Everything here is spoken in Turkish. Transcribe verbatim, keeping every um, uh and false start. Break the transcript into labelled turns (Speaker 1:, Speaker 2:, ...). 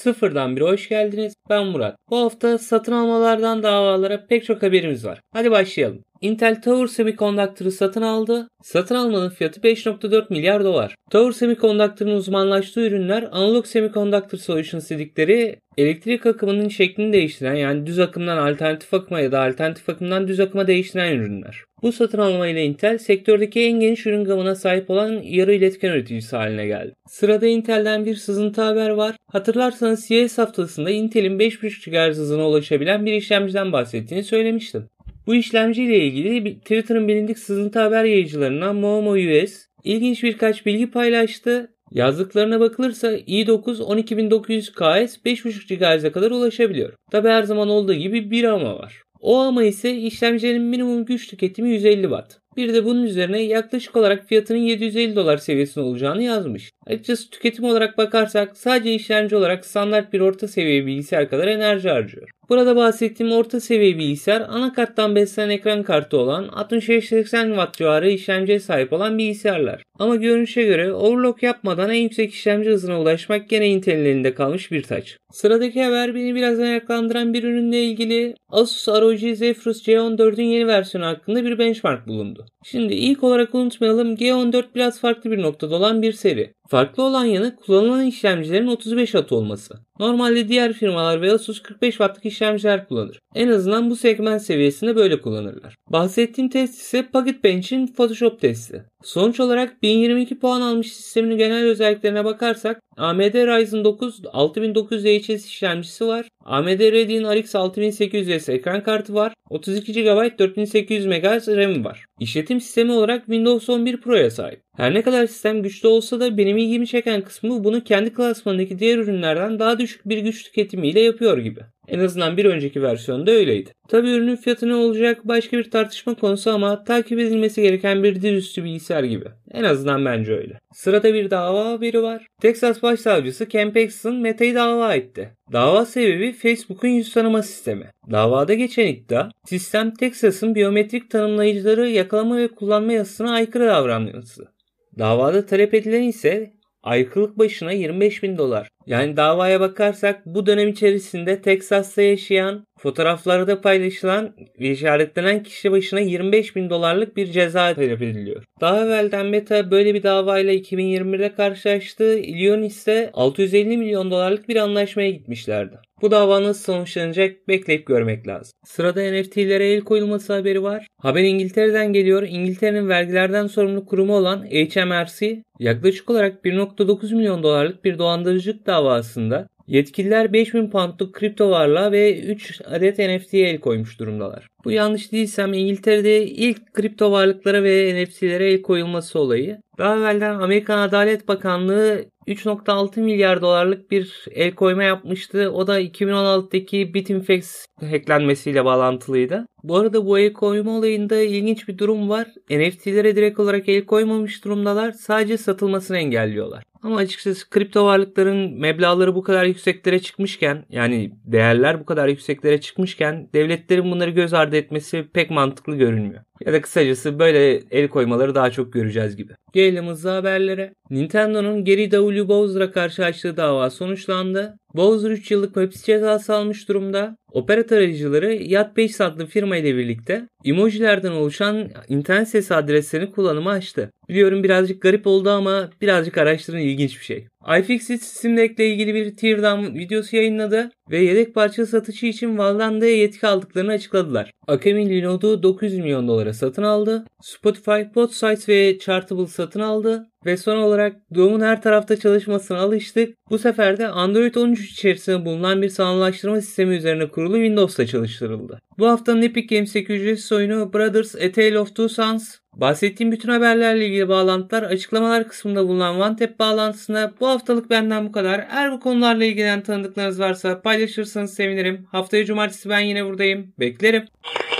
Speaker 1: Sıfırdan bire hoş geldiniz. Ben Murat. Bu hafta satın almalardan davalara pek çok haberimiz var. Hadi başlayalım. Intel Tower Semiconductor'ı satın aldı. Satın almanın fiyatı beş nokta dört milyar dolar. Tower Semiconductor'ın uzmanlaştığı ürünler Analog Semiconductor Solutions dedikleri elektrik akımının şeklini değiştiren, yani düz akımdan alternatif akıma ya da alternatif akımdan düz akıma değiştiren ürünler. Bu satın alma ile Intel sektördeki en geniş ürün gamına sahip olan yarı iletken üreticisi haline geldi. Sırada Intel'den bir sızıntı haber var. Hatırlarsanız C E S haftasında Intel'in beş buçuk gigahertz hızına ulaşabilen bir işlemciden bahsettiğini söylemiştim. Bu işlemci ile ilgili Twitter'ın bilindik sızıntı haber yayıcılarından Momo U S ilginç birkaç bilgi paylaştı. Yazdıklarına bakılırsa i dokuz on iki bin dokuz yüz K S beş buçuk gigahertz'e kadar ulaşabiliyor. Tabi her zaman olduğu gibi bir ama var. O ama ise işlemcilerin minimum güç tüketimi yüz elli watt. Bir de bunun üzerine yaklaşık olarak fiyatının yedi yüz elli dolar seviyesinde olacağını yazmış. Açıkçası tüketim olarak bakarsak sadece işlemci olarak standart bir orta seviye bilgisayar kadar enerji harcıyor. Burada bahsettiğim orta seviye bilgisayar anakarttan beslenen ekran kartı olan altmış beş seksen watt civarı işlemciye sahip olan bilgisayarlar. Ama görünüşe göre overclock yapmadan en yüksek işlemci hızına ulaşmak gene Intel'in elinde kalmış bir taç. Sıradaki haber beni biraz meraklandıran bir ürünle ilgili. Asus R O G Zephyrus C on dört'ün yeni versiyonu hakkında bir benchmark bulundu. Şimdi ilk olarak unutmayalım, G on dört biraz farklı bir noktada olan bir seri. Farklı olan yanı kullanılan işlemcilerin otuz beş watt olması. Normalde diğer firmalar ve Asus kırk beş wattlık işlemciler kullanır. En azından bu segment seviyesinde böyle kullanırlar. Bahsettiğim test ise Pocketbench'in Photoshop testi. Sonuç olarak bin yirmi iki puan almış sistemin genel özelliklerine bakarsak A M D Ryzen dokuz altı bin dokuz yüz H S işlemcisi var. A M D Radeon R X altı bin sekiz yüz S ekran kartı var. otuz iki gigabayt dört bin sekiz yüz megahertz RAM var. İşletim sistemi olarak Windows on bir Pro'ya sahip. Her ne kadar sistem güçlü olsa da benim ilgimi çeken kısmı bunu kendi klasmanındaki diğer ürünlerden daha düşük bir güç tüketimiyle yapıyor gibi. En azından bir önceki versiyonda öyleydi. Tabi ürünün fiyatı ne olacak başka bir tartışma konusu ama takip edilmesi gereken bir dizüstü bilgisayar gibi. En azından bence öyle. Sırada bir dava haberi var. Texas Başsavcısı Ken Paxton Meta'yı dava etti. Dava sebebi Facebook'un yüz tanıma sistemi. Davada geçen iddia, sistem Texas'ın biyometrik tanımlayıcıları yakalama ve kullanma yasasına aykırı davranması. Davada talep edilen ise aykırılık başına yirmi beş bin dolar. Yani davaya bakarsak bu dönem içerisinde Texas'ta yaşayan, fotoğraflarda paylaşılan ve işaretlenen kişi başına yirmi beş bin dolarlık bir ceza talep ediliyor. Daha evvelden Meta böyle bir davayla iki bin yirmi birde karşılaştı. Illinois ise altı yüz elli milyon dolarlık bir anlaşmaya gitmişlerdi. Bu dava nasıl sonuçlanacak bekleyip görmek lazım. Sırada N F T'lere el koyulması haberi var. Haber İngiltere'den geliyor. İngiltere'nin vergilerden sorumlu kurumu olan H M R C yaklaşık olarak bir nokta dokuz milyon dolarlık bir dolandırıcılık davasında yetkililer beş bin poundluk kripto varlığa ve üç adet N F T'ye el koymuş durumdalar. Bu yanlış değilsem İngiltere'de ilk kripto varlıklara ve N F T'lere el koyulması olayı. Daha evvelden Amerikan Adalet Bakanlığı üç nokta altı milyar dolarlık bir el koyma yapmıştı. O da iki bin on altıdaki Bitfinex hacklenmesiyle bağlantılıydı. Bu arada bu el koyma olayında ilginç bir durum var. N F T'lere direkt olarak el koymamış durumdalar. Sadece satılmasını engelliyorlar. Ama açıkçası kripto varlıkların meblağları bu kadar yükseklere çıkmışken, yani değerler bu kadar yükseklere çıkmışken devletlerin bunları göz ardı etmesi pek mantıklı görünmüyor. Ya da kısacası böyle el koymaları daha çok göreceğiz gibi. Gelelim hızlı haberlere. Nintendo'nun Gary W. Bowser'a karşı açtığı dava sonuçlandı. Bowser üç yıllık hapis cezası almış durumda. Opera tarayıcıları Yatbase adlı firma ile birlikte emojilerden oluşan internet sitesi adreslerini kullanıma açtı. Biliyorum birazcık garip oldu ama birazcık araştırın, ilginç bir şey. iFixit Steam ile ilgili bir teardown videosu yayınladı ve yedek parça satışı için Valve'dan da yetki aldıklarını açıkladılar. Akemi Linode'u dokuz yüz milyon dolara satın aldı. Spotify, Podsites ve Chartable satın aldı. Ve son olarak Doom'un her tarafta çalışmasına alıştık. Bu sefer de Android on üç içerisinde bulunan bir sanallaştırma sistemi üzerine kurulu Windows'ta çalıştırıldı. Bu haftanın Epic Games'teki ücretsiz oyunu Brothers: A Tale of Two Sons. Bahsettiğim bütün haberlerle ilgili bağlantılar açıklamalar kısmında bulunan OneTap bağlantısında. Bu haftalık benden bu kadar. Eğer bu konularla ilgilenen tanıdıklarınız varsa paylaşırsanız sevinirim. Haftaya cumartesi ben yine buradayım. Beklerim.